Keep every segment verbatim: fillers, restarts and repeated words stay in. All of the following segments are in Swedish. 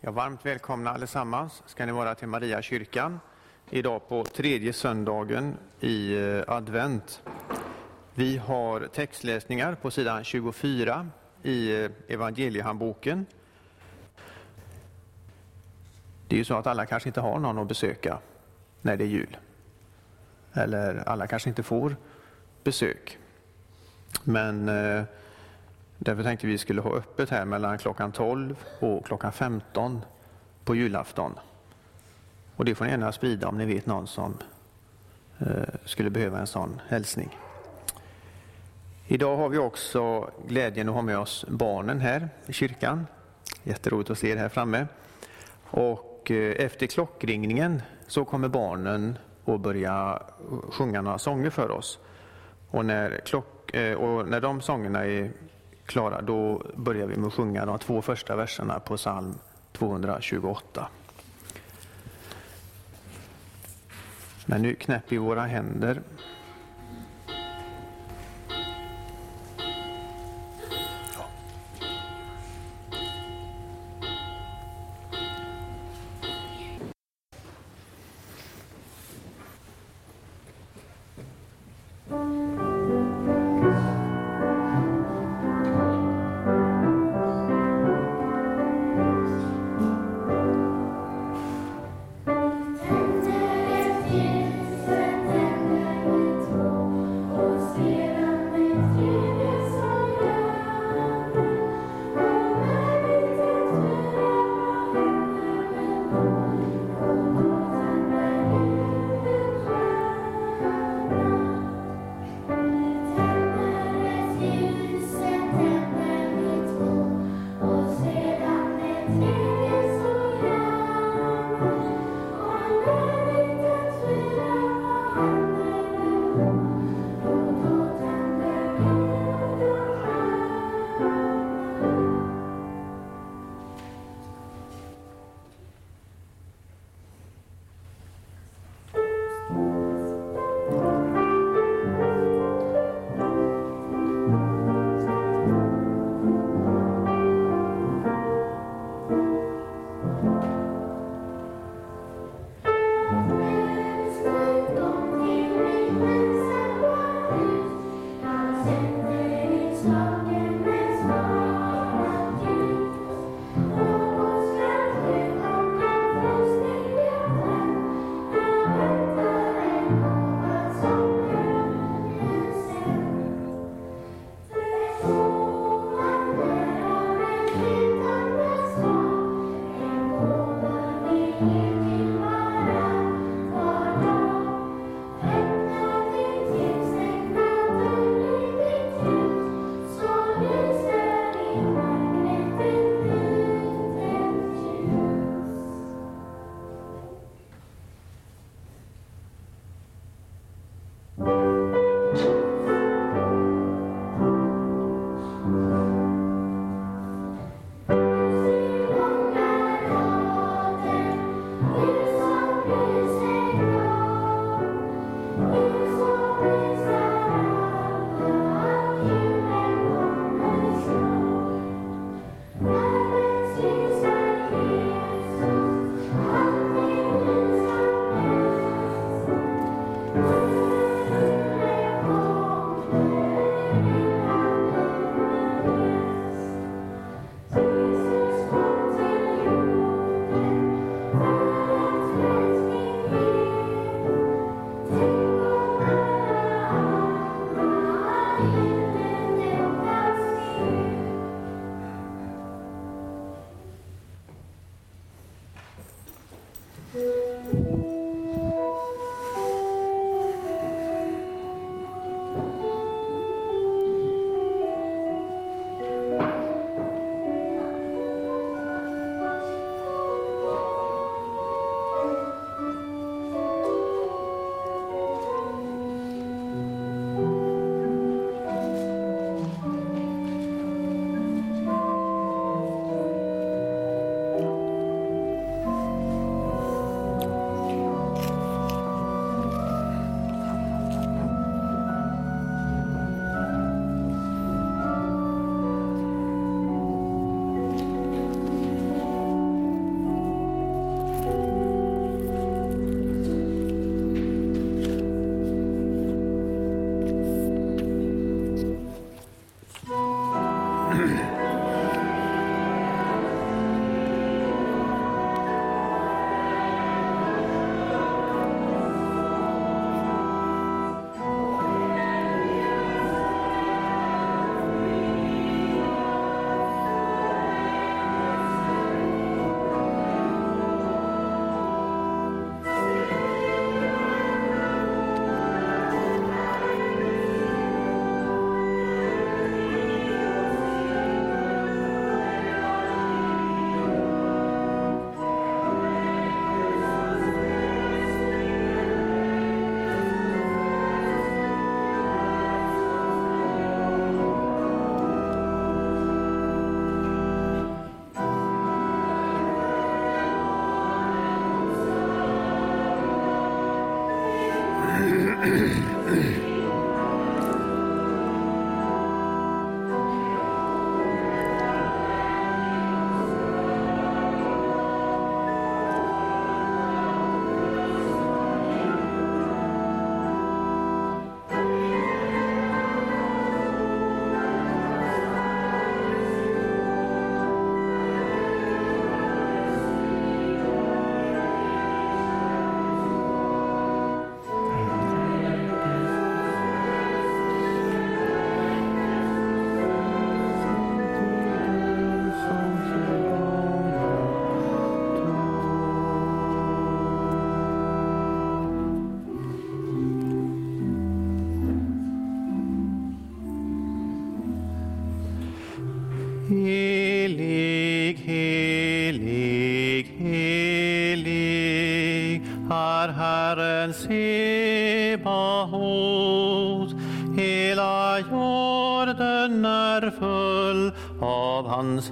Ja, varmt välkomna allesammans ska ni vara till Maria kyrkan idag på tredje söndagen i advent. Vi har textläsningar på sidan tjugofyra i evangeliehandboken. Det är ju så att alla kanske inte har någon att besöka när det är jul. Eller alla kanske inte får besök. Men eh, därför tänkte vi skulle ha öppet här mellan klockan tolv och klockan femton på julafton. Och det får ni gärna sprida om ni vet någon som eh, skulle behöva en sån hälsning. Idag har vi också glädjen att ha med oss barnen här i kyrkan. Jätteroligt att se er här framme. Och eh, efter klockringningen så kommer barnen att börja sjunga några sånger för oss. Och när, klock, eh, och när de sångerna är klara, då börjar vi med att sjunga de två första verserna på psalm tvåhundratjugoåtta. Men nu knäpper vi våra händer. helig, helig är Herren Sebaot. Hela jorden är full av hans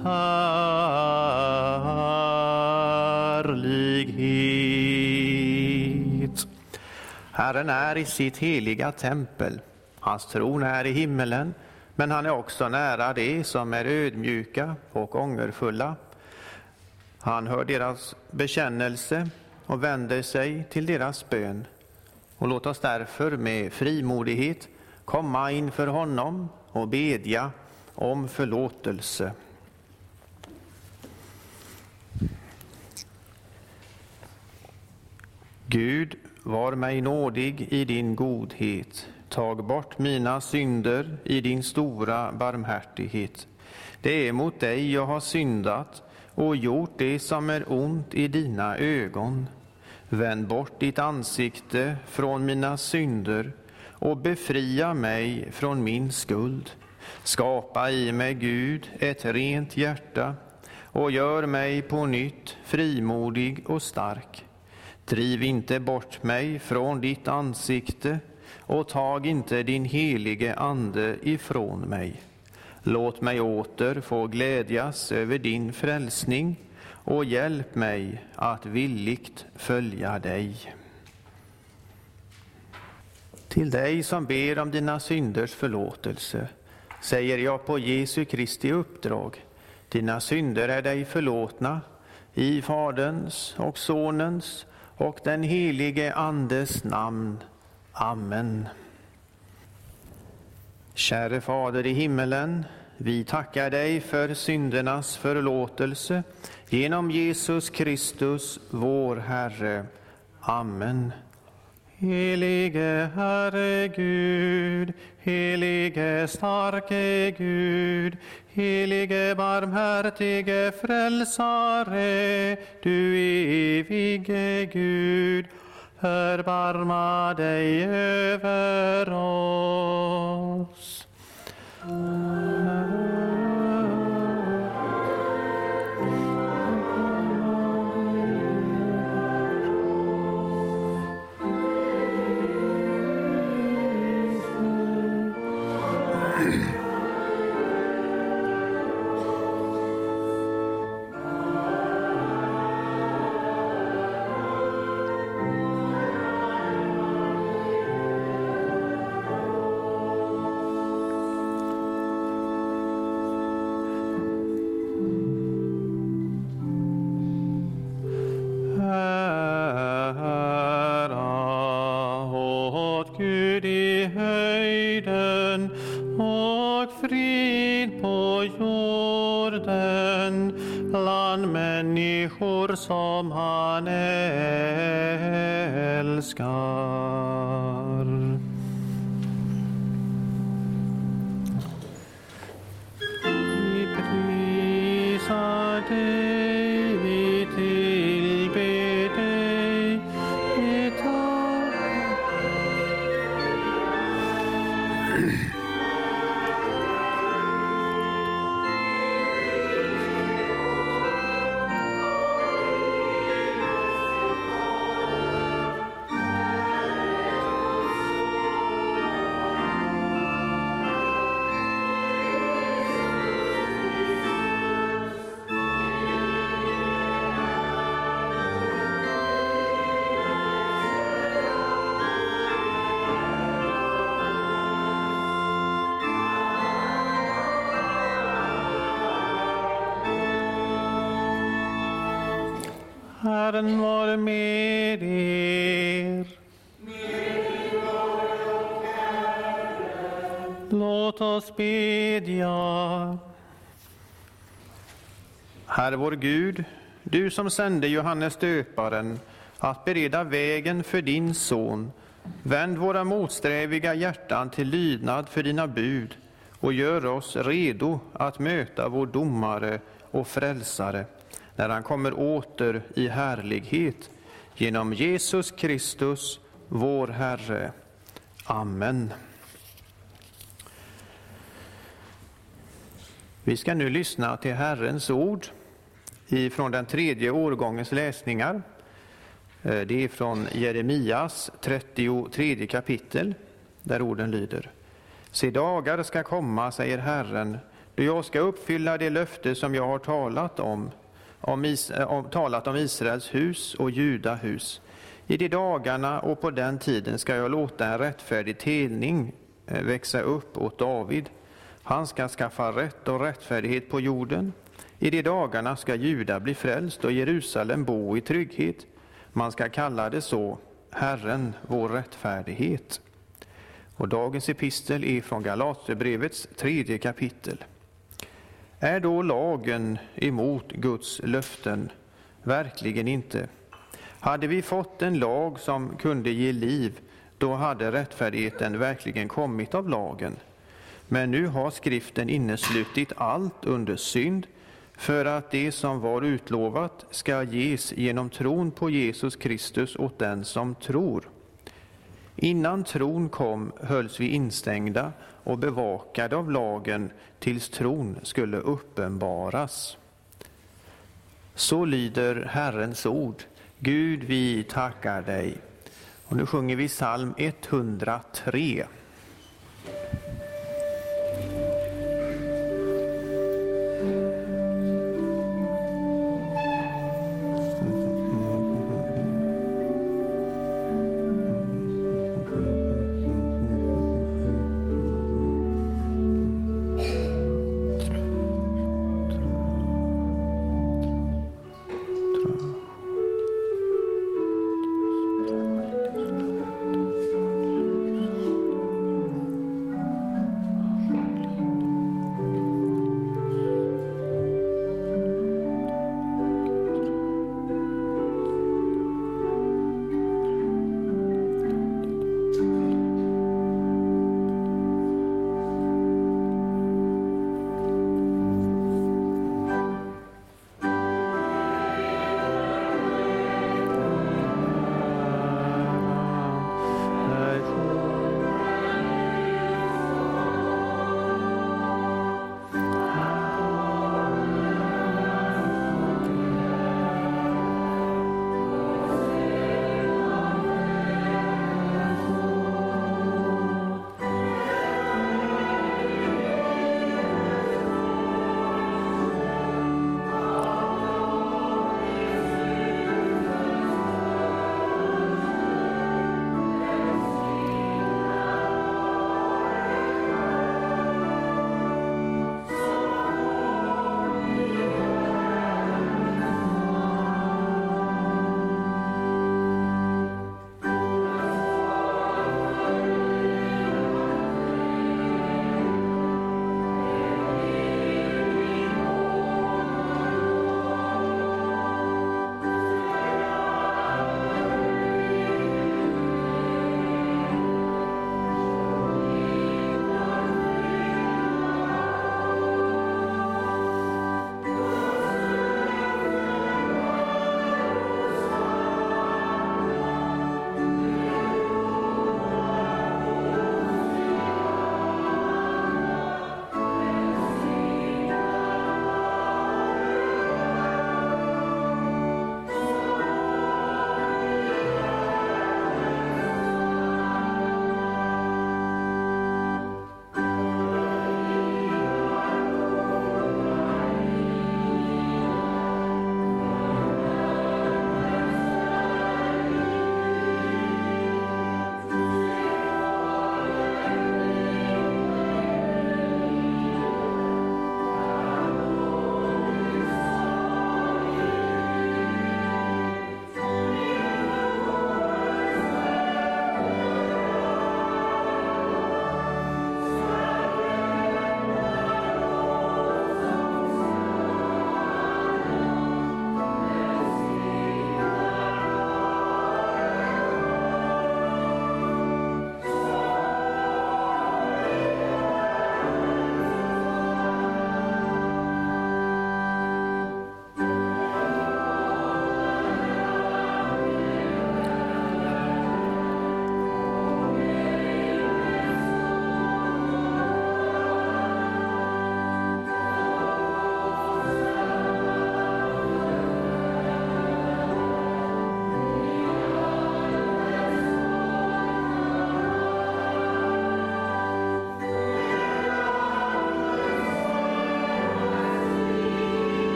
härlighet. Herren är i sitt heliga tempel. Hans tron är i himmelen, men han är också nära de som är ödmjuka och ångerfulla. Han hör deras bekännelse och vänder sig till deras bön. Och låt oss därför med frimodighet komma inför honom och bedja om förlåtelse. Gud, var mig nådig i din godhet. Tag bort mina synder i din stora barmhärtighet. Det är mot dig jag har syndat och gjort det som är ont i dina ögon. Vänd bort ditt ansikte från mina synder och befria mig från min skuld. Skapa i mig, Gud, ett rent hjärta och gör mig på nytt frimodig och stark. Driv inte bort mig från ditt ansikte och tag inte din helige ande ifrån mig. Låt mig åter få glädjas över din frälsning och hjälp mig att villigt följa dig. Till dig som ber om dina synders förlåtelse säger jag på Jesu Kristi uppdrag: dina synder är dig förlåtna i Faderns och Sonens och den helige Andes namn. Amen. Käre Fader i himmelen, vi tackar dig för syndernas förlåtelse genom Jesus Kristus, vår Herre. Amen. Helige Herre Gud, helige starke Gud, helige barmhärtige frälsare, du evige Gud, förbarma dig över oss. Som han älskar. Vi prisar dig, vi tillber dig, vi tar. Herren var med er. Låt oss bedja. Herre vår Gud, du som sände Johannes döparen att bereda vägen för din son, vänd våra motsträviga hjärtan till lydnad för dina bud och gör oss redo att möta vår domare och frälsare när han kommer åter i härlighet genom Jesus Kristus, vår Herre. Amen. Vi ska nu lyssna till Herrens ord ifrån den tredje årgångens läsningar. Det är från Jeremias trettiotredje kapitel, där orden lyder: Se, dagar ska komma, säger Herren, då jag ska uppfylla det löfte som jag har talat om, om, is, om, talat om Israels hus och Juda hus. I de dagarna och på den tiden ska jag låta en rättfärdig telning växa upp åt David. Han ska skaffa rätt och rättfärdighet på jorden. I de dagarna ska Juda bli frälst och Jerusalem bo i trygghet. Man ska kalla det så, Herren vår rättfärdighet. Och dagens epistel är från Galaterbrevets tredje kapitel. Är då lagen emot Guds löften? Verkligen inte. Hade vi fått en lag som kunde ge liv, då hade rättfärdigheten verkligen kommit av lagen. Men nu har skriften inneslutit allt under synd, för att det som var utlovat ska ges genom tron på Jesus Kristus åt den som tror. Innan tron kom hölls vi instängda och bevakade av lagen tills tron skulle uppenbaras. Så lyder Herrens ord. Gud, vi tackar dig. Och nu sjunger vi psalm etthundratre.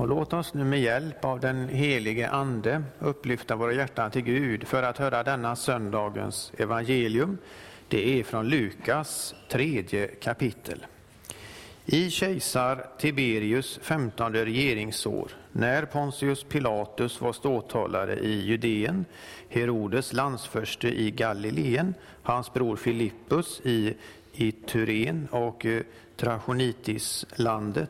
Och låt oss nu med hjälp av den helige Ande upplyfta våra hjärtan till Gud för att höra denna söndagens evangelium. Det är från Lukas tredje kapitel. I kejsar Tiberius femtonde regeringsår, när Pontius Pilatus var ståthållare i Judeen, Herodes landsförste i Galileen, hans bror Filippus i Ituren och Trachonitis-landet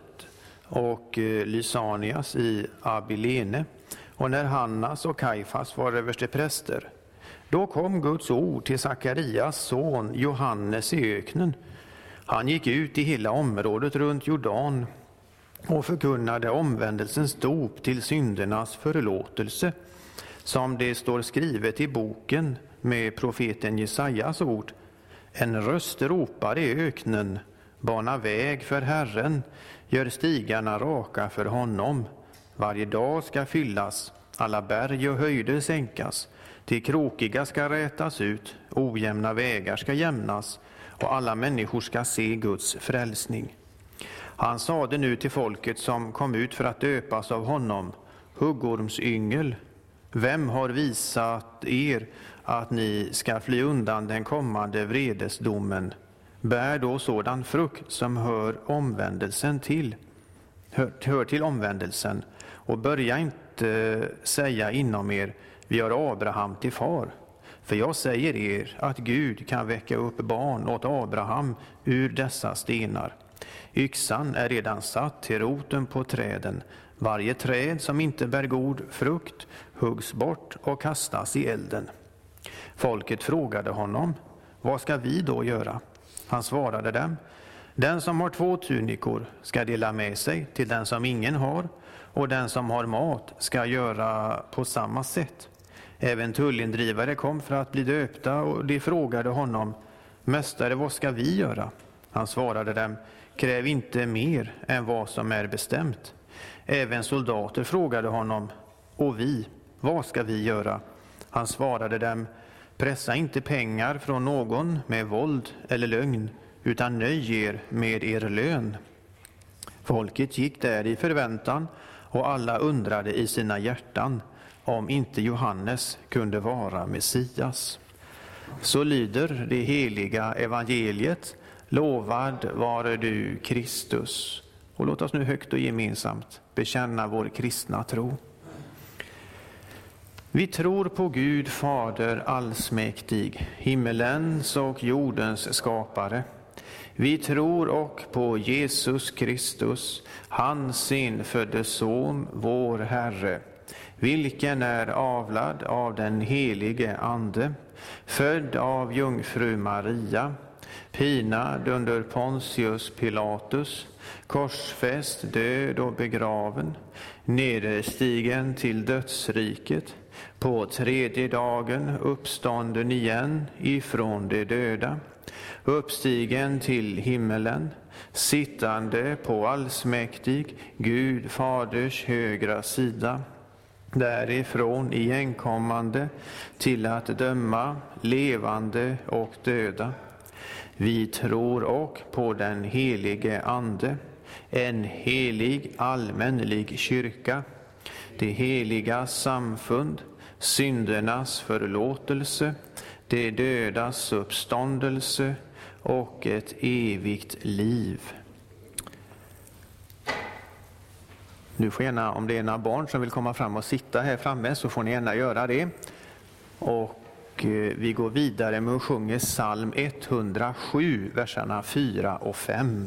och Lysanias i Abilene, och när Hannas och Kajfas var överstepräster. Då kom Guds ord till Sakarias son Johannes i öknen. Han gick ut i hela området runt Jordan och förkunnade omvändelsens dop till syndernas förlåtelse, som det står skrivet i boken med profeten Jesajas ord. En röst ropar i öknen, bana väg för Herren, gör stigarna raka för honom. Varje dag ska fyllas, alla berg och höjder sänkas, till krokiga ska rätas ut, ojämna vägar ska jämnas, och alla människor ska se Guds frälsning. Han sade nu till folket som kom ut för att döpas av honom: huggormsyngel, vem har visat er att ni ska fly undan den kommande vredesdomen? Bär då sådan frukt som hör omvändelsen till, hör, hör till omvändelsen, och börja inte säga inom er: vi har Abraham till far. För jag säger er att Gud kan väcka upp barn åt Abraham ur dessa stenar. Yxan är redan satt till roten på träden. Varje träd som inte bär god frukt huggs bort och kastas i elden. Folket frågade honom: vad ska vi då göra? Han svarade dem: den som har två tunikor ska dela med sig till den som ingen har, och den som har mat ska göra på samma sätt. Även tullindrivare kom för att bli döpta, och de frågade honom: mästare, vad ska vi göra? Han svarade dem: kräv inte mer än vad som är bestämt. Även soldater frågade honom: och vi, vad ska vi göra? Han svarade dem: pressa inte pengar från någon med våld eller lögn, utan nöj er med er lön. Folket gick där i förväntan, och alla undrade i sina hjärtan om inte Johannes kunde vara Messias. Så lyder det heliga evangeliet. Lovad vare du, Kristus. Och låt oss nu högt och gemensamt bekänna vår kristna tro. Vi tror på Gud Fader allsmäktig, himmelens och jordens skapare. Vi tror och på Jesus Kristus, hans enfödde son, vår Herre, vilken är avlad av den helige Ande, född av jungfru Maria, pinad under Pontius Pilatus, korsfäst, död och begraven, nederstigen till dödsriket, på tredje dagen uppstånden igen ifrån de döda, uppstigen till himmelen, sittande på allsmäktig Gud Faders högra sida, därifrån igenkommande till att döma levande och döda. Vi tror och på den helige Ande, en helig allmänlig kyrka, det heliga samfund, syndernas förlåtelse, det dödas uppståndelse och ett evigt liv. Nu får gärna, om det är några barn som vill komma fram och sitta här framme, så får ni gärna göra det. Och vi går vidare med att sjunga psalm etthundrasju, verserna fyra och fem.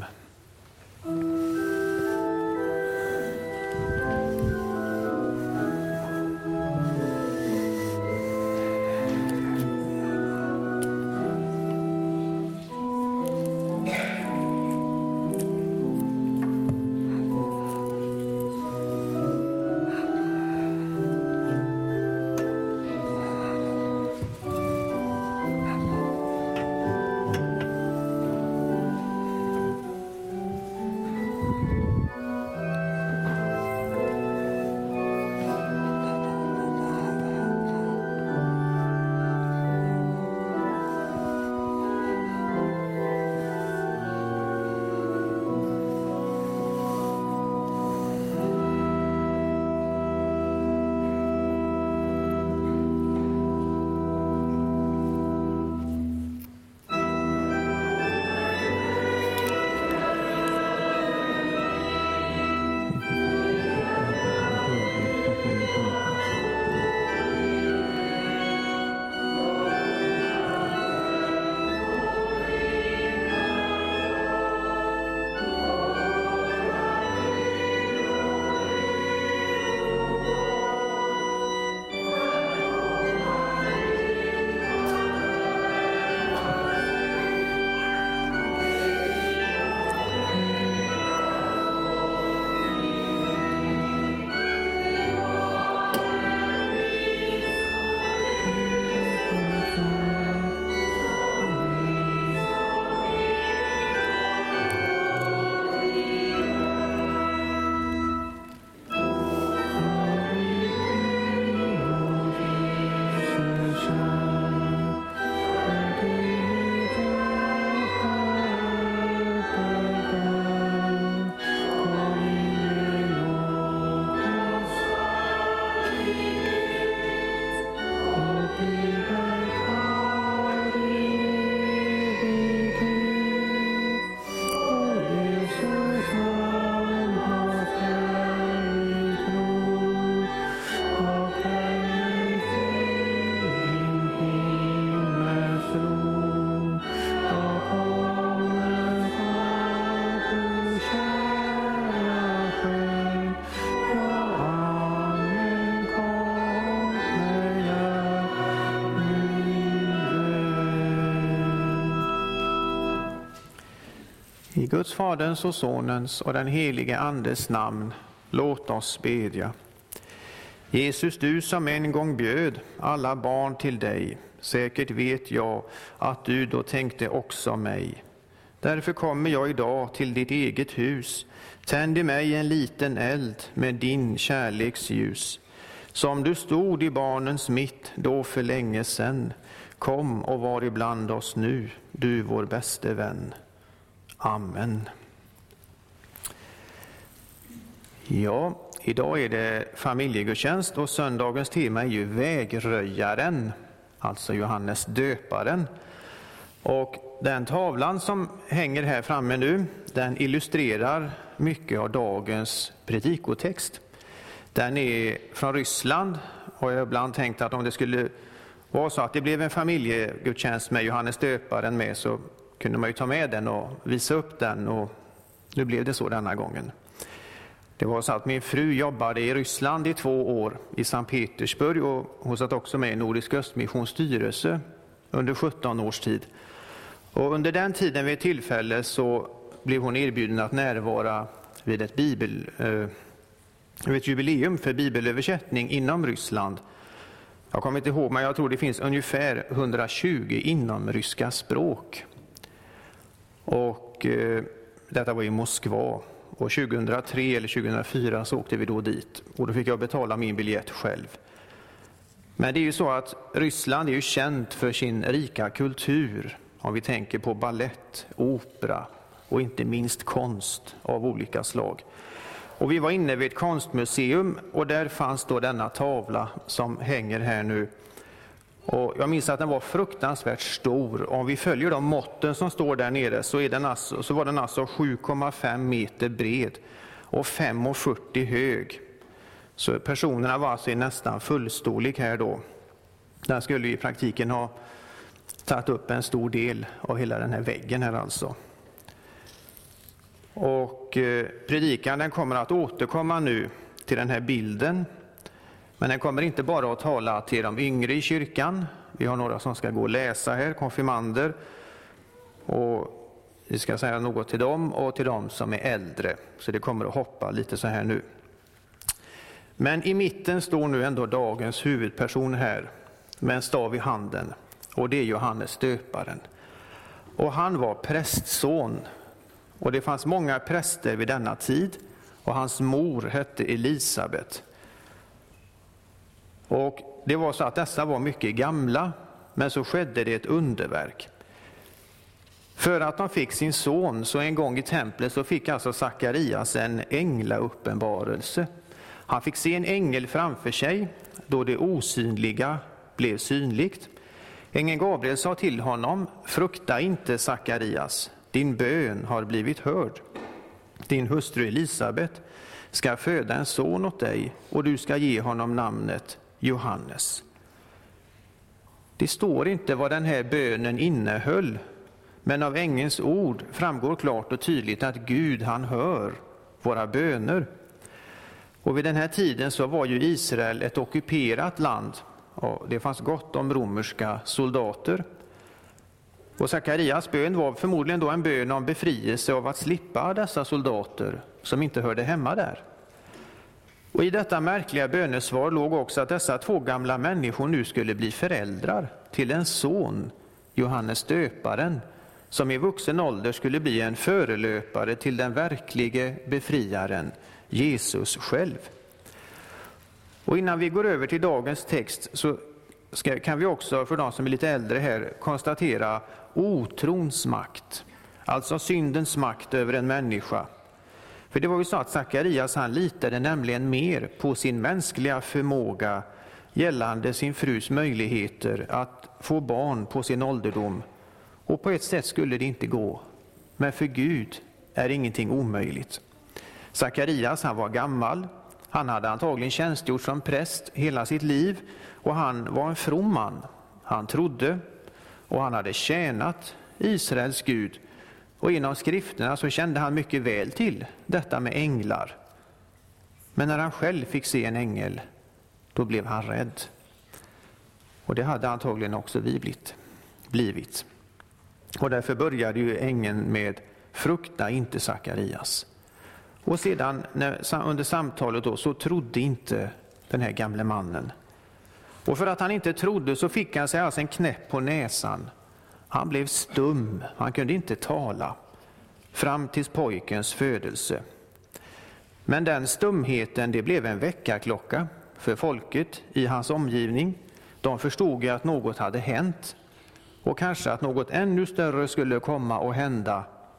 I Guds Faderns och Sonens och den helige Andes namn, låt oss bedja. Jesus, du som en gång bjöd alla barn till dig, säkert vet jag att du då tänkte också mig. Därför kommer jag idag till ditt eget hus. Tänd i mig en liten eld med din kärleks ljus. Som du stod i barnens mitt då för länge sedan. Kom och var ibland oss nu, du vår bäste vän. Amen. Ja, idag är det familjegudstjänst och söndagens tema är ju vägröjaren, alltså Johannes döparen. Och den tavlan som hänger här framme nu, den illustrerar mycket av dagens predikotext. Den är från Ryssland och jag har ibland tänkt att om det skulle vara så att det blev en familjegudstjänst med Johannes döparen med, så kunde man ju ta med den och visa upp den, och nu blev det så denna gången. Det var så att min fru jobbade i Ryssland i två år i Sankt Petersburg, och hon satt också med i Nordisk Östmissions styrelse under sjutton års tid. Och under den tiden vid ett tillfälle så blev hon erbjuden att närvara vid ett, bibel, eh, vid ett jubileum för bibelöversättning inom Ryssland. Jag kommer inte ihåg, men jag tror det finns ungefär hundratjugo inom ryska språk. Och eh, detta var i Moskva. Och tjugohundratre eller tjugohundrafyra så åkte vi då dit. Och då fick jag betala min biljett själv. Men det är ju så att Ryssland är ju känt för sin rika kultur. Om vi tänker på ballett, opera och inte minst konst av olika slag. Och vi var inne vid ett konstmuseum och där fanns då denna tavla som hänger här nu. Och jag minns att den var fruktansvärt stor. Om vi följer de måtten som står där nere så, är den alltså, så var den alltså sju komma fem meter bred och fem komma fyrtio hög. Så personerna var alltså i nästan fullstorlek här då. Den skulle i praktiken ha tagit upp en stor del av hela den här väggen här alltså. Och eh, predikan den kommer att återkomma nu till den här bilden. Men den kommer inte bara att tala till de yngre i kyrkan. Vi har några som ska gå och läsa här, konfirmander. Och vi ska säga något till dem och till dem som är äldre. Så det kommer att hoppa lite så här nu. Men i mitten står nu ändå dagens huvudperson här med en stav i handen. Och det är Johannes döparen. Och han var prästson. Och det fanns många präster vid denna tid. Och hans mor hette Elisabet. Och det var så att dessa var mycket gamla, men så skedde det ett underverk. För att de fick sin son, så en gång i templet så fick alltså Sakarias en änglauppenbarelse. Han fick se en ängel framför sig, då det osynliga blev synligt. Ängeln Gabriel sa till honom: frukta inte, Sakarias, din bön har blivit hörd. Din hustru Elisabet ska föda en son åt dig, och du ska ge honom namnet Johannes. Det står inte vad den här bönen innehöll, men av ängelns ord framgår klart och tydligt att Gud, han hör våra böner. Och vid den här tiden så var ju Israel ett ockuperat land, och det fanns gott om romerska soldater. Och Sakarias bön var förmodligen då en bön om befrielse av att slippa dessa soldater som inte hörde hemma där. Och i detta märkliga bönesvar låg också att dessa två gamla människor nu skulle bli föräldrar till en son, Johannes döparen, som i vuxen ålder skulle bli en förelöpare till den verklige befriaren, Jesus själv. Och innan vi går över till dagens text så ska, kan vi också, för de som är lite äldre här, konstatera otrons makt, alltså syndens makt över en människa. För det var ju så att Sakarias, han litade nämligen mer på sin mänskliga förmåga gällande sin frus möjligheter att få barn på sin ålderdom. Och på ett sätt skulle det inte gå. Men för Gud är ingenting omöjligt. Sakarias, han var gammal. Han hade antagligen tjänstgjort som präst hela sitt liv. Och han var en from man. Han trodde och han hade tjänat Israels Gud. Och inom skrifterna så kände han mycket väl till detta med änglar. Men när han själv fick se en ängel, då blev han rädd. Och det hade antagligen också vi blivit. Och därför började ju ängeln med frukta inte Sakarias. Och sedan när, under samtalet då, så trodde inte den här gamle mannen. Och för att han inte trodde så fick han sig alltså en knäpp på näsan. Han blev stum, han kunde inte tala fram till pojkens födelse. Men den stumheten, det blev en väckarklocka för folket i hans omgivning. De förstod ju att något hade hänt och kanske att något ännu större skulle komma och hända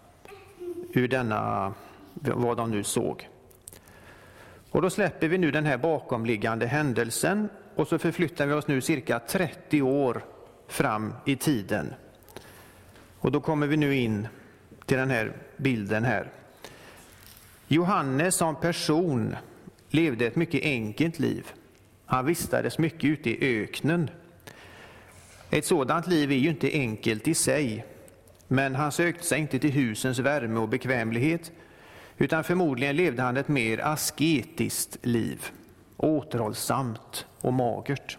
ur denna, vad de nu såg. Och då släpper vi nu den här bakomliggande händelsen och så förflyttar vi oss nu cirka trettio år fram i tiden. Och då kommer vi nu in till den här bilden här. Johannes som person levde ett mycket enkelt liv. Han vistades mycket ute i öknen. Ett sådant liv är ju inte enkelt i sig, men han sökte sig inte till husens värme och bekvämlighet, utan förmodligen levde han ett mer asketiskt liv, återhållsamt och magert.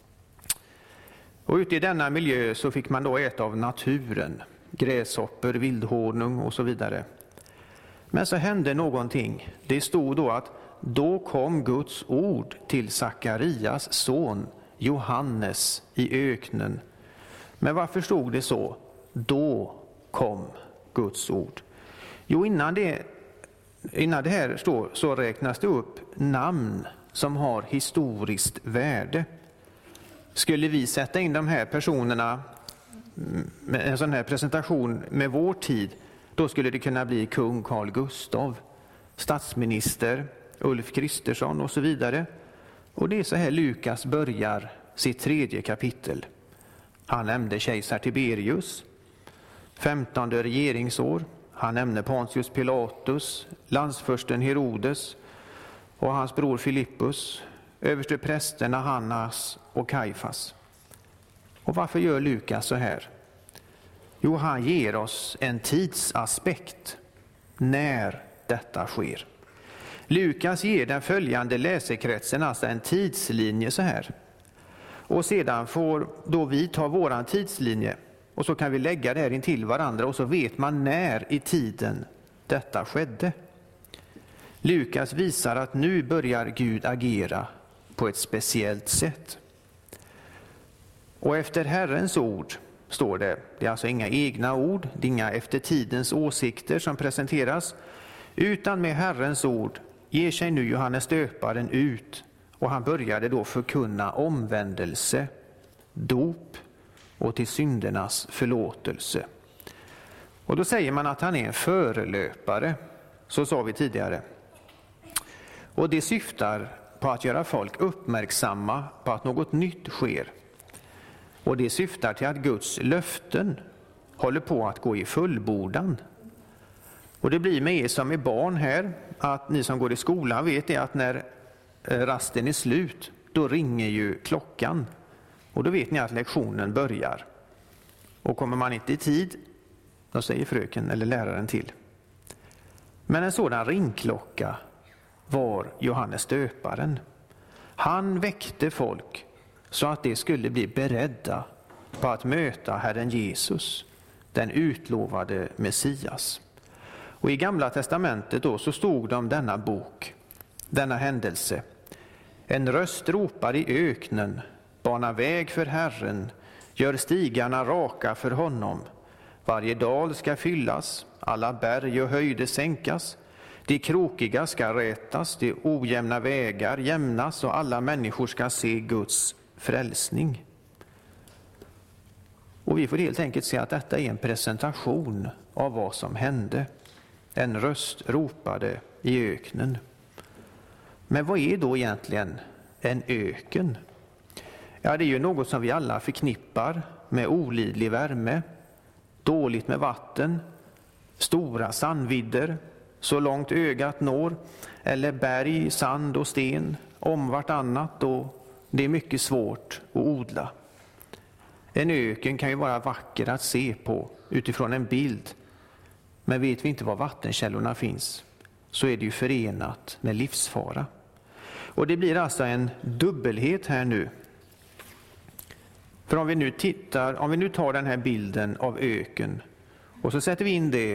Och ute i denna miljö så fick man då äta av naturen, gräshopper, vildhonung och så vidare. Men så hände någonting. Det stod då att då kom Guds ord till Sakarias son Johannes i öknen. Men varför stod det så? Då kom Guds ord. Jo, innan det, innan det här står så räknas det upp namn som har historiskt värde. Skulle vi sätta in de här personerna med en sån här presentation med vår tid, då skulle det kunna bli kung Carl Gustaf, statsminister Ulf Kristersson och så vidare. Och det är så här Lukas börjar sitt tredje kapitel. Han nämnde kejsar Tiberius, femtonde regeringsår. Han nämnde Pontius Pilatus, landsförsten Herodes och hans bror Filippus, överste prästerna Hannas och Kajfas. Och varför gör Lukas så här? Jo, han ger oss en tidsaspekt när detta sker. Lukas ger den följande läsekretsen alltså en tidslinje så här. Och sedan får då vi ta våran tidslinje och så kan vi lägga det här in till varandra och så vet man när i tiden detta skedde. Lukas visar att nu börjar Gud agera på ett speciellt sätt. Och efter Herrens ord står det, det är alltså inga egna ord, det är inga efter tidens åsikter som presenteras, utan med Herrens ord ger sig nu Johannes döparen ut och han började då förkunna omvändelse, dop och till syndernas förlåtelse. Och då säger man att han är en förelöpare, så sa vi tidigare. Och det syftar på att göra folk uppmärksamma på att något nytt sker. Och det syftar till att Guds löften håller på att gå i fullbordan. Och det blir med er som är barn här, att ni som går i skolan vet det att när rasten är slut, då ringer ju klockan. Och då vet ni att lektionen börjar. Och kommer man inte i tid, då säger fröken eller läraren till. Men en sådan ringklocka var Johannes döparen. Han väckte folk så att de skulle bli beredda på att möta Herren Jesus, den utlovade Messias. Och i Gamla testamentet då så stod det om denna bok, denna händelse. En röst ropar i öknen, bana väg för Herren, gör stigarna raka för honom. Varje dal ska fyllas, alla berg och höjder sänkas. De krokiga ska rätas, de ojämna vägar jämnas och alla människor ska se Guds frälsning. Och vi får helt enkelt se att detta är en presentation av vad som hände. En röst ropade i öknen. Men vad är då egentligen en öken? Ja, det är ju något som vi alla förknippar med olidlig värme, dåligt med vatten, stora sandvidder, så långt ögat når, eller berg, sand och sten om vartannat, och det är mycket svårt att odla. En öken kan ju vara vacker att se på utifrån en bild, men vet vi inte var vattenkällorna finns så är det ju förenat med livsfara. Och det blir alltså en dubbelhet här nu. För om vi nu tittar, om vi nu tar den här bilden av öken och så sätter vi in det på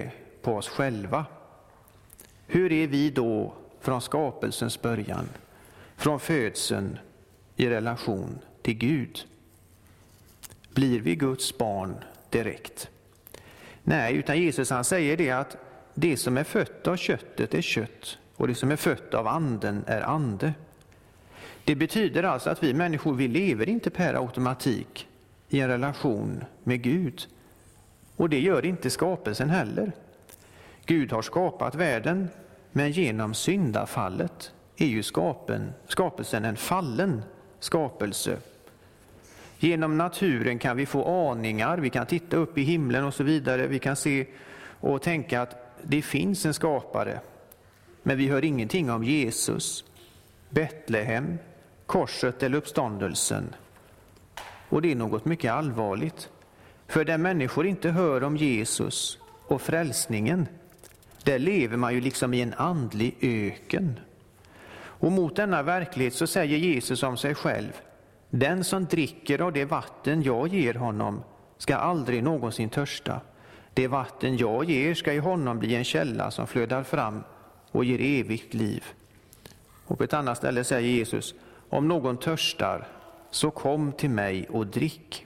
på oss själva. Hur är vi då från skapelsens början, från födseln i relation till Gud? Blir vi Guds barn direkt? Nej, utan Jesus han säger det att det som är fött av köttet är kött och det som är fött av anden är ande. Det betyder alltså att vi människor, vi lever inte per automatik i en relation med Gud. Och det gör inte skapelsen heller. Gud har skapat världen, men genom syndafallet är ju skapen, skapelsen en fallen skapelse. Genom naturen kan vi få aningar, vi kan titta upp i himlen och så vidare. Vi kan se och tänka att det finns en skapare. Men vi hör ingenting om Jesus, Betlehem, korset eller uppståndelsen. Och det är något mycket allvarligt. För där människor inte hör om Jesus och frälsningen, där lever man ju liksom i en andlig öken. Och mot denna verklighet så säger Jesus om sig själv: den som dricker av det vatten jag ger honom ska aldrig någonsin törsta. Det vatten jag ger ska i honom bli en källa som flödar fram och ger evigt liv. Och på ett annat ställe säger Jesus: om någon törstar, så kom till mig och drick.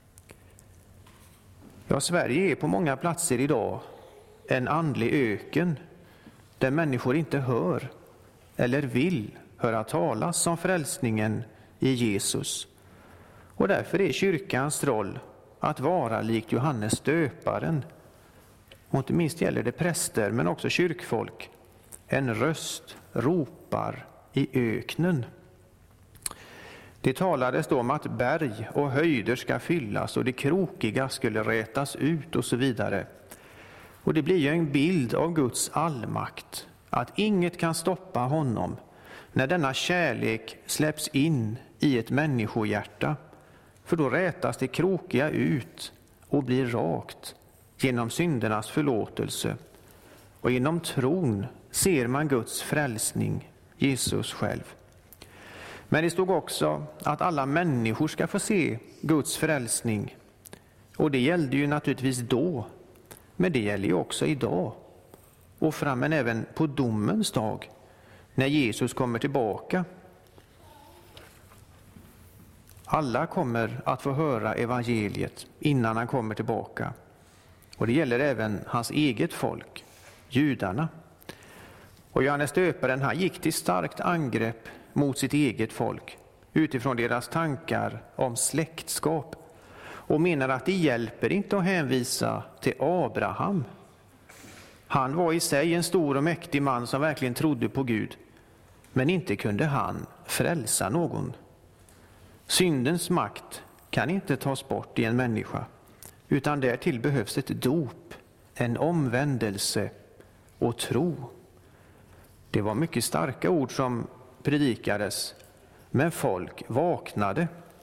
Ja, Sverige är på många platser idag en andlig öken där människor inte hör eller vill höra talas om frälsningen i Jesus. Och därför är kyrkans roll att vara likt Johannes döparen. Och inte minst gäller det präster men också kyrkfolk. En röst ropar i öknen. Det talades då om att berg och höjder ska fyllas och det krokiga skulle rätas ut och så vidare. Och det blir ju en bild av Guds allmakt, att inget kan stoppa honom när denna kärlek släpps in i ett människohjärta. För då rätas det krokiga ut och blir rakt genom syndernas förlåtelse. Och genom tron ser man Guds frälsning, Jesus själv. Men det stod också att alla människor ska få se Guds frälsning. Och det gällde ju naturligtvis då, men det gäller ju också idag. Och frammen även på domens dag, när Jesus kommer tillbaka. Alla kommer att få höra evangeliet innan han kommer tillbaka. Och det gäller även hans eget folk, judarna. Och Johannes döparen, han gick till starkt angrepp mot sitt eget folk utifrån deras tankar om släktskap och menar att det hjälper inte att hänvisa till Abraham. Han var i sig en stor och mäktig man som verkligen trodde på Gud, men inte kunde han frälsa någon. Syndens makt kan inte tas bort i en människa, utan därtill behövs ett dop, en omvändelse och tro. Det var mycket starka ord som predikades, men folk vaknade.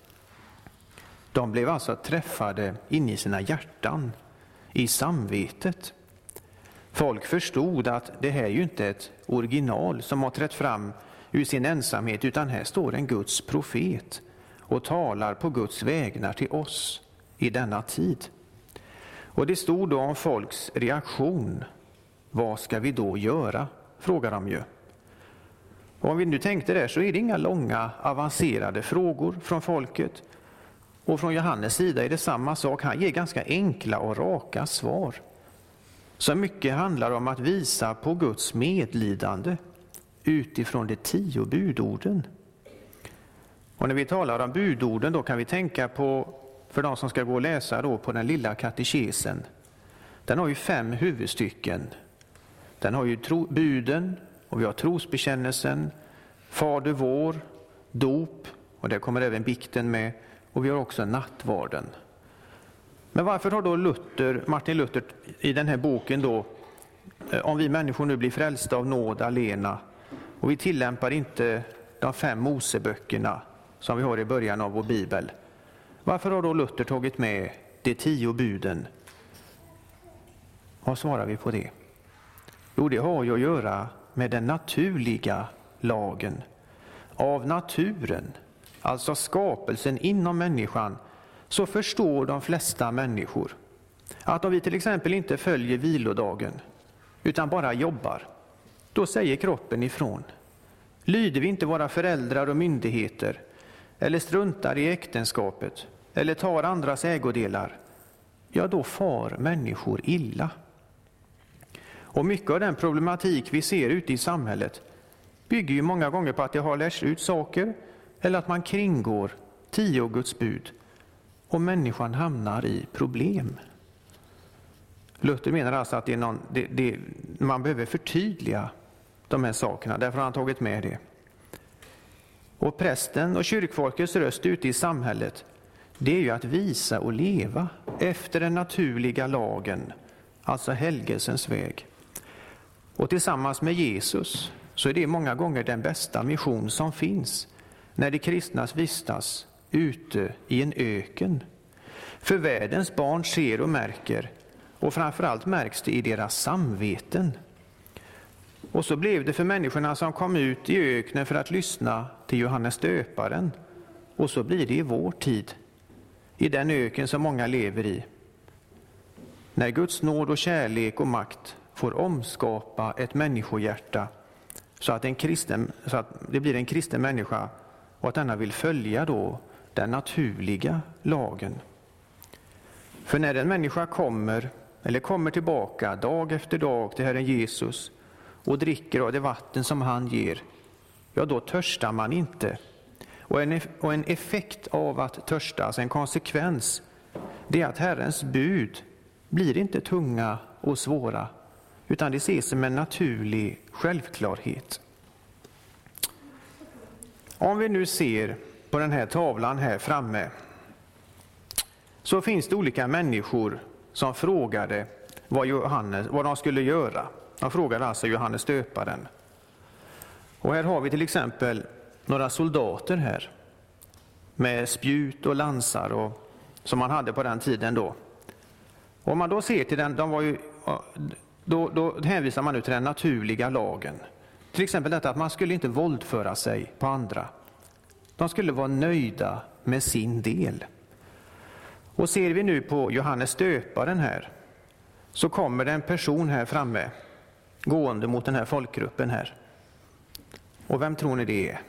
De blev alltså träffade in i sina hjärtan, i samvetet. Folk förstod att det här är ju inte ett original som har trätt fram ur sin ensamhet, utan här står en Guds profet och talar på Guds vägnar till oss i denna tid. Och det stod då om folks reaktion. Vad ska vi då göra? Frågar de ju. Och om vi nu tänkte där så är det inga långa avancerade frågor från folket. Och från Johannes sida är det samma sak. Han ger ganska enkla och raka svar. Så mycket handlar om att visa på Guds medlidande utifrån de tio budorden. Och när vi talar om budorden då kan vi tänka på, för de som ska gå och läsa då, på den lilla katekesen. Den har ju fem huvudstycken. Den har ju tro, buden, och vi har trosbekännelsen, Fader vår, dop, och där kommer även bikten med, och vi har också nattvarden. Men varför har då Luther, Martin Luther i den här boken då, om vi människor nu blir frälsta av nåd alena och vi tillämpar inte de fem Moseböckerna som vi har i början av vår bibel, varför har då Luther tagit med de tio buden? Vad svarar vi på det? Jo, det har ju att göra med den naturliga lagen. Av naturen, alltså skapelsen inom människan, så förstår de flesta människor att om vi till exempel inte följer vilodagen, utan bara jobbar, då säger kroppen ifrån. Lyder vi inte våra föräldrar och myndigheter, eller struntar i äktenskapet, eller tar andras ägodelar, ja då far människor illa. Och mycket av den problematik vi ser ute i samhället bygger ju många gånger på att det har lärts ut saker, eller att man kringgår tio Guds bud, och människan hamnar i problem. Luther menar alltså att det är någon, det, det, man behöver förtydliga de här sakerna, därför har han tagit med det. Och prästen och kyrkfolkets röst ute i samhället, det är ju att visa och leva efter den naturliga lagen, alltså helgelsens väg. Och tillsammans med Jesus så är det många gånger den bästa mission som finns när de kristnas vistas ute i en öken. För världens barn ser och märker, och framförallt märks det i deras samveten. Och så blev det för människorna som kom ut i öknen för att lyssna till Johannes döparen. Och så blir det i vår tid, i den öken som många lever i. När Guds nåd och kärlek och makt får omskapa ett människohjärta så att, en kristen, så att det blir en kristen människa, och att denna vill följa då den naturliga lagen. För när en människa kommer, eller kommer tillbaka dag efter dag till Herren Jesus och dricker av det vatten som han ger, ja då törstar man inte. Och en, och en effekt av att törsta, alltså en konsekvens, det är att Herrens bud blir inte tunga och svåra, utan det ses som en naturlig självklarhet. Om vi nu ser på den här tavlan här framme, så finns det olika människor som frågade vad, Johannes, vad de skulle göra. De frågade alltså Johannes döparen. Och här har vi till exempel några soldater här med spjut och lansar och, som man hade på den tiden då. Och om man då ser till den, de var ju, då, då hänvisar man nu till den naturliga lagen. Till exempel detta att man skulle inte våldföra sig på andra. De skulle vara nöjda med sin del. Och ser vi nu på Johannes döparen här, så kommer det en person här framme gående mot den här folkgruppen här. Och vem tror ni det är?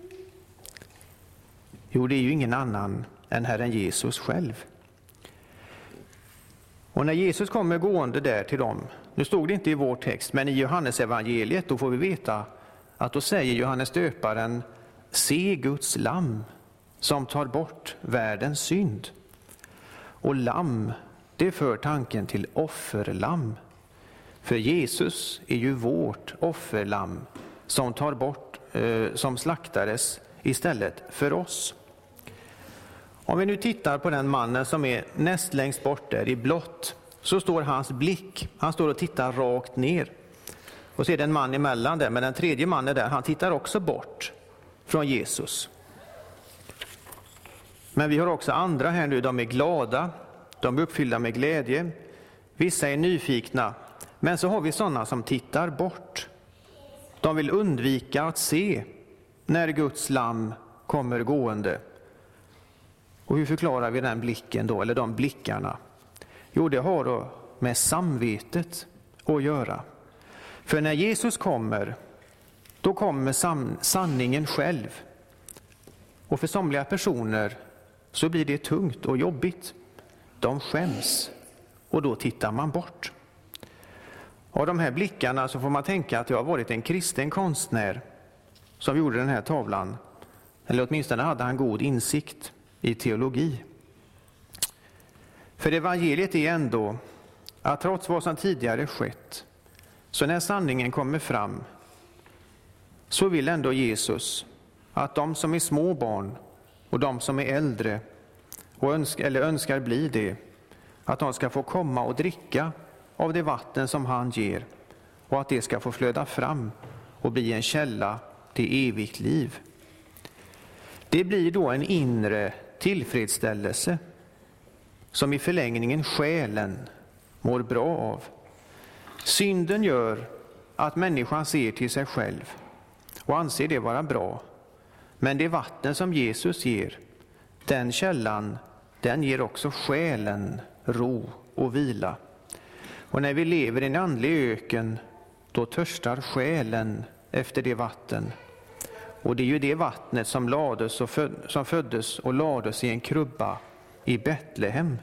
Jo, det är ju ingen annan än Herren Jesus själv. Och när Jesus kommer gående där till dem, nu stod det inte i vår text, men i Johannes evangeliet, då får vi veta att då säger Johannes döparen: se Guds lamm som tar bort världens synd. Och lamm, det för tanken till offerlamm. För Jesus är ju vårt offerlamm som tar bort, eh, som slaktades istället för oss. Om vi nu tittar på den mannen som är näst längst bort där i blått, så står hans blick, han står och tittar rakt ner. Och så är det en man emellan där, men den tredje mannen där, han tittar också bort från Jesus. Men vi har också andra här nu, de är glada, de är uppfyllda med glädje. Vissa är nyfikna, men så har vi sådana som tittar bort. De vill undvika att se när Guds lamm kommer gående. Och hur förklarar vi den blicken då, eller de blickarna? Jo, det har då med samvetet att göra. För när Jesus kommer, då kommer sam- sanningen själv. Och för somliga personer så blir det tungt och jobbigt. De skäms och då tittar man bort. Av de här blickarna så får man tänka att det har varit en kristen konstnär som gjorde den här tavlan. Eller åtminstone hade han god insikt i teologi. För evangeliet är ändå att trots vad som tidigare skett, så när sanningen kommer fram, så vill ändå Jesus att de som är små barn och de som är äldre och önskar, eller önskar bli det, att de ska få komma och dricka av det vatten som han ger, och att det ska få flöda fram och bli en källa till evigt liv. Det blir då en inre tillfredsställelse som i förlängningen själen mår bra av. Synden gör att människan ser till sig själv och anser det vara bra. Men det vatten som Jesus ger, den källan, den ger också själen ro och vila. Och när vi lever i en andlig öken, då törstar själen efter det vatten. Och det är ju det vattnet som, lades och föd, som föddes och lades i en krubba i Betlehem.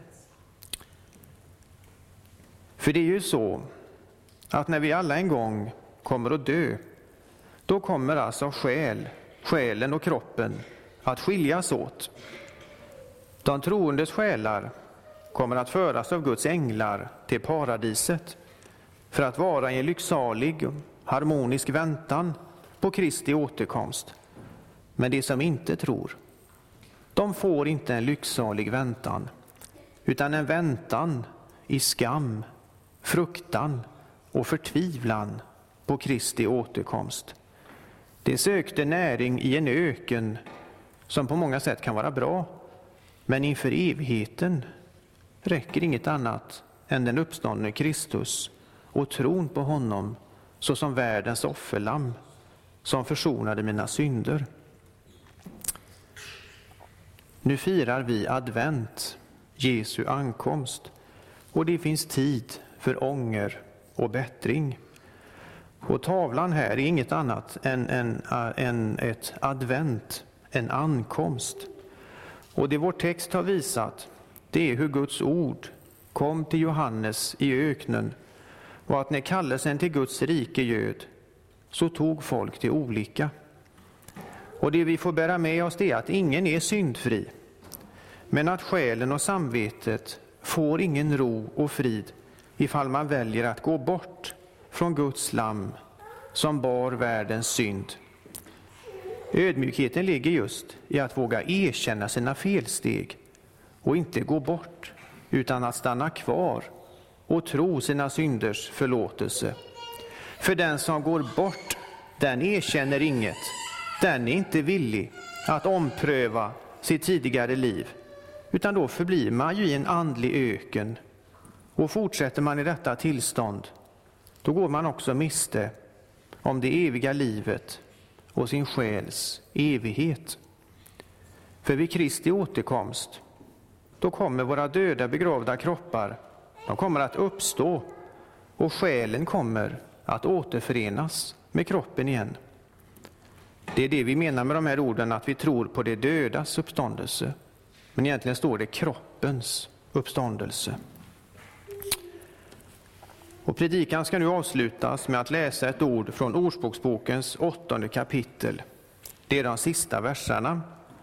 För det är ju så att när vi alla en gång kommer att dö, då kommer alltså själ, själen och kroppen att skiljas åt. De troendes själar kommer att föras av Guds änglar till paradiset för att vara i en lycksalig och harmonisk väntan på Kristi återkomst. Men de som inte tror, de får inte en lycksalig väntan, utan en väntan i skam, fruktan och förtvivlan på Kristi återkomst. De sökte näring i en öken som på många sätt kan vara bra, men inför evigheten räcker inget annat än den uppståndne Kristus och tron på honom såsom världens offerlamm som försonade mina synder. Nu firar vi advent, Jesu ankomst, och det finns tid för ånger och bättring. Och tavlan här är inget annat än, än, än ett advent, en ankomst. Och det vår text har visat, det är hur Guds ord kom till Johannes i öknen, och att när kallelsen till Guds rike ljöd, så tog folk till olika. Och det vi får bära med oss, det är att ingen är syndfri, men att själen och samvetet får ingen ro och frid ifall man väljer att gå bort från Guds lamm som bar världens synd. Ödmjukheten ligger just i att våga erkänna sina felsteg och inte gå bort, utan att stanna kvar och tro sina synders förlåtelse. För den som går bort, den erkänner inget. Den är inte villig att ompröva sitt tidigare liv, utan då förblir man ju i en andlig öken. Och fortsätter man i detta tillstånd, då går man också miste om det eviga livet och sin själs evighet. För vid Kristi återkomst, då kommer våra döda begravda kroppar, de kommer att uppstå, och själen kommer att återförenas med kroppen igen. Det är det vi menar med de här orden, att vi tror på det dödas uppståndelse. Men egentligen står det kroppens uppståndelse. Och predikan ska nu avslutas med att läsa ett ord från Ordspråksbokens åttonde kapitel. Det är de sista verserna.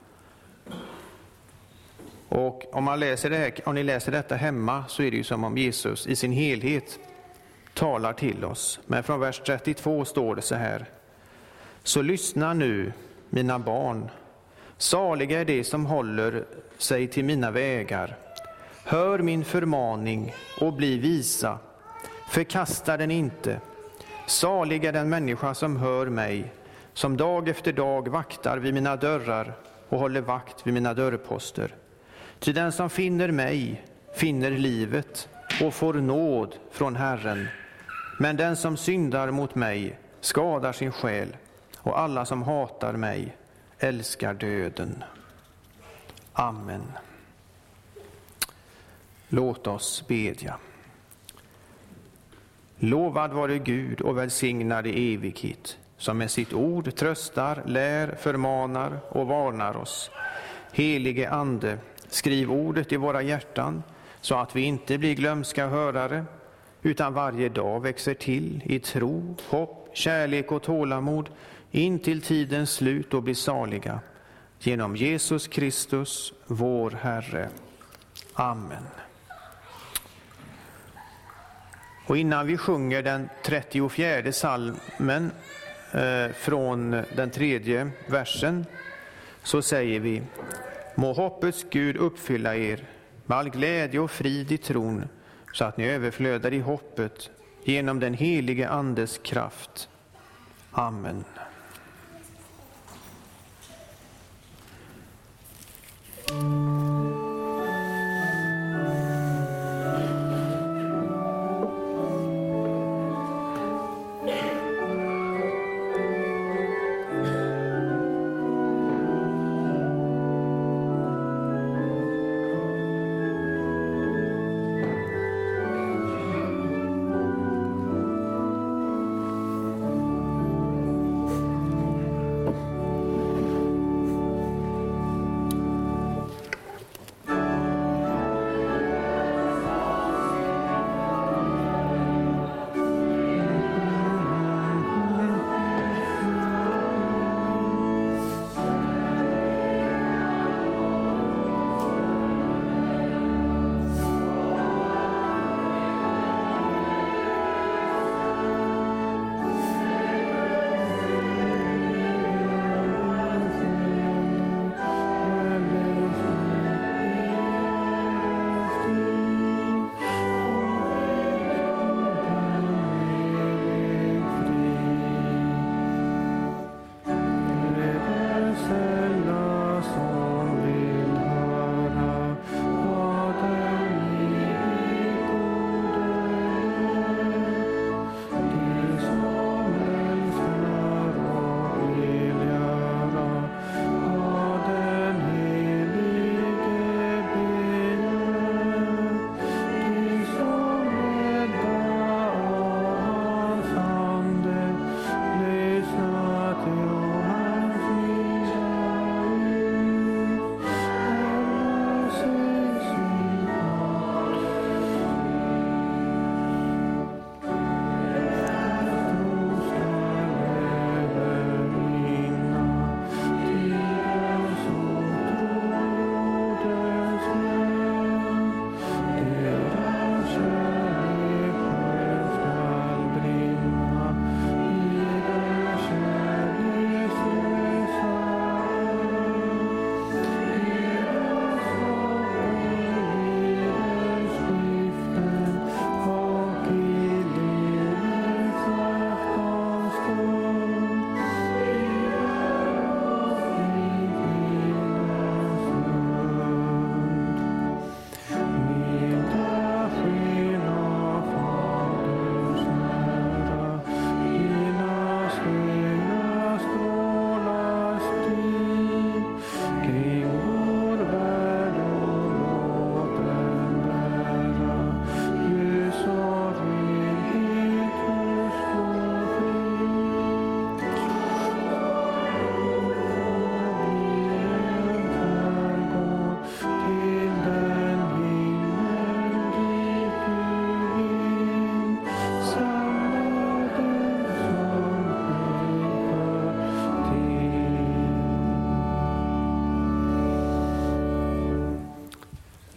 Och om, man läser det här, om ni läser detta hemma, så är det ju som om Jesus i sin helhet talar till oss. Men från vers trettiotvå står det så här: Så lyssna nu, mina barn. Saliga är de som håller sig till mina vägar. Hör min förmaning och bli visa. Förkasta den inte. Salig är den människa som hör mig, som dag efter dag vaktar vid mina dörrar och håller vakt vid mina dörrposter. Ty den som finner mig finner livet och får nåd från Herren. Men den som syndar mot mig skadar sin själ, och alla som hatar mig älskar döden. Amen. Låt oss bedja. Lovad vare Gud och välsignad i evighet, som med sitt ord tröstar, lär, förmanar och varnar oss. Helige Ande, skriv ordet i våra hjärtan, så att vi inte blir glömska hörare, utan varje dag växer till i tro, hopp, kärlek och tålamod, in till tidens slut och blir saliga. Genom Jesus Kristus, vår Herre. Amen. Och innan vi sjunger den trettiofjärde salmen eh, från den tredje versen, så säger vi: Må hoppets Gud uppfylla er med all glädje och frid i tron, så att ni överflödar i hoppet genom den helige Andes kraft. Amen.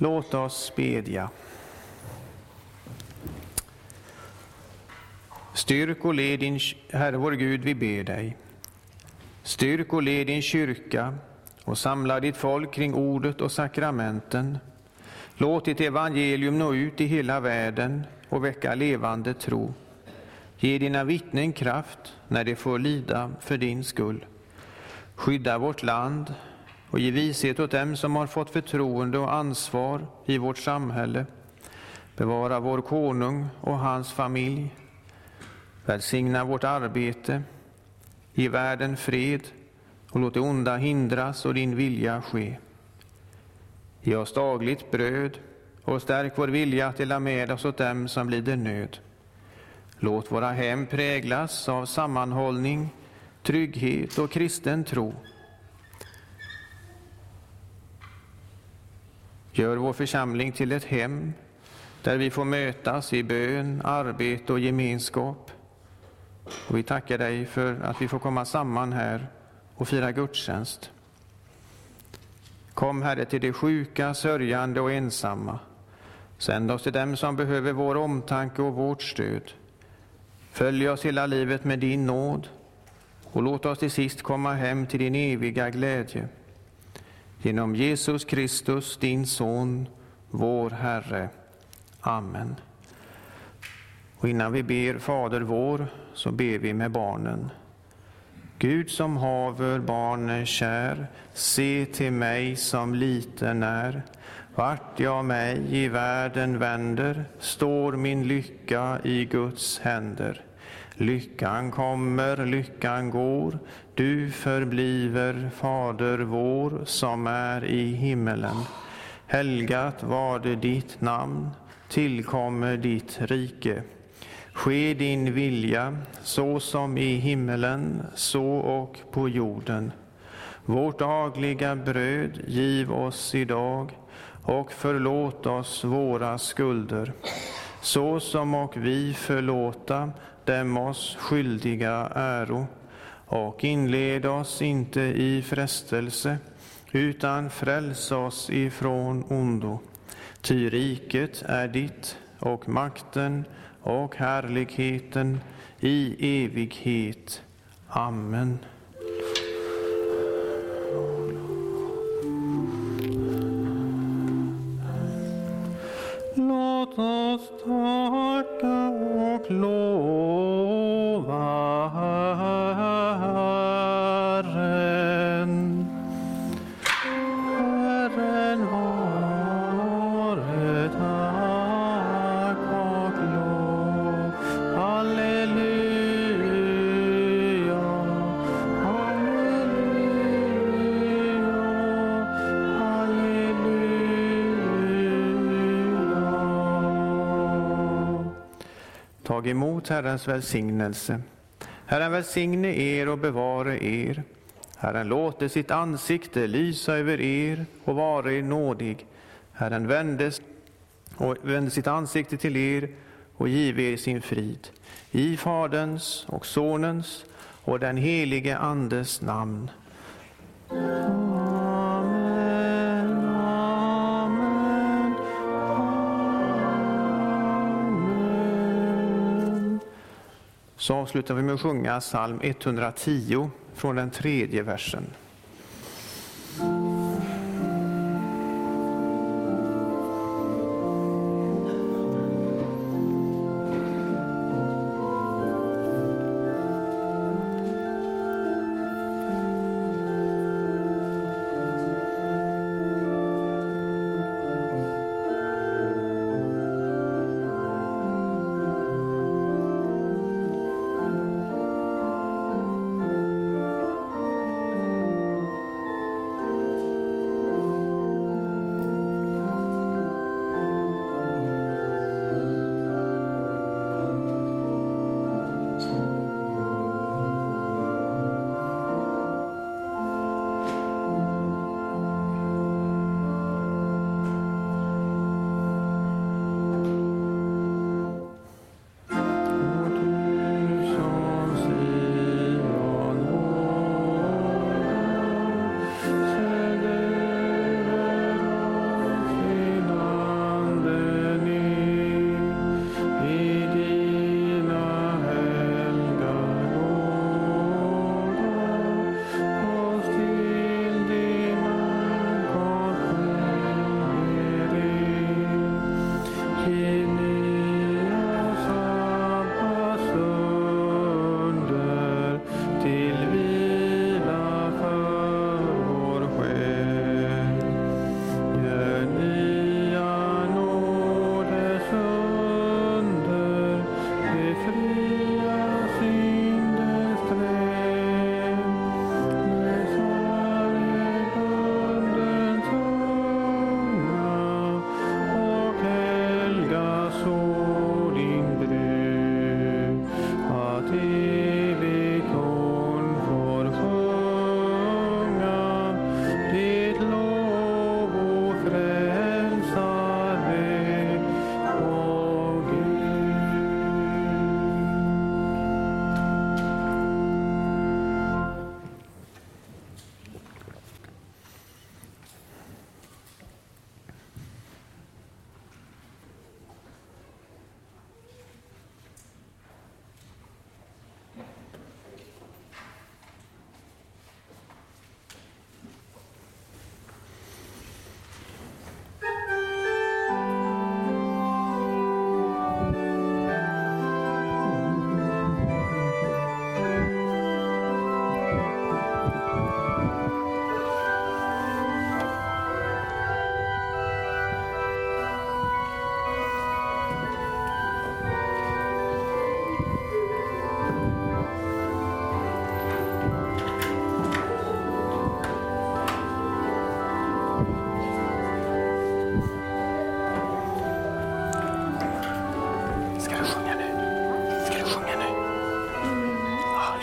Låt oss bedja. Styrk och led din, Herre vår Gud, vi ber dig. Styrk och led din kyrka och samla ditt folk kring ordet och sakramenten. Låt ditt evangelium nå ut i hela världen och väcka levande tro. Ge dina vittnen kraft när de får lida för din skull. Skydda vårt land och ge vishet åt dem som har fått förtroende och ansvar i vårt samhälle. Bevara vår konung och hans familj. Välsigna vårt arbete. Ge världen fred och låt det onda hindras och din vilja ske. Ge oss dagligt bröd och stärk vår vilja att dela med oss åt dem som lider nöd. Låt våra hem präglas av sammanhållning, trygghet och kristen tro. Gör vår församling till ett hem där vi får mötas i bön, arbete och gemenskap. Och vi tackar dig för att vi får komma samman här och fira gudstjänst. Kom, Herre, till de sjuka, sörjande och ensamma. Sänd oss till dem som behöver vår omtanke och vårt stöd. Följ oss hela livet med din nåd och låt oss till sist komma hem till din eviga glädje. Genom Jesus Kristus, din son, vår Herre. Amen. Och innan vi ber Fader vår så ber vi med barnen. Gud som haver barnen kär, se till mig som liten är. Vart jag mig i världen vänder, står min lycka i Guds händer. Lyckan kommer, lyckan går, du förbliver, Fader vår, som är i himmelen. Helgat var det ditt namn, tillkommer ditt rike. Ske din vilja, så som i himmelen, så och på jorden. Vårt dagliga bröd giv oss idag, och förlåt oss våra skulder, så som och vi förlåta dem oss skyldiga äro. Och inled oss inte i frestelse, utan fräls oss ifrån ondo. Ty riket är ditt, och makten och härligheten i evighet. Amen. Låt oss tacka och lova Herren. Herren vare tack och lov. Halleluja, halleluja, halleluja. Tag emot Herrens välsignelse. Herren välsigne er och bevare er. Herren låter sitt ansikte lysa över er och vara er nådig. Herren vände, och vände sitt ansikte till er och giv er sin frid. I Faderns och Sonens och den helige Andes namn. Amen, amen, amen. Så avslutar vi med att sjunga psalm etthundratio från den tredje versen.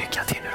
Lycka till nu.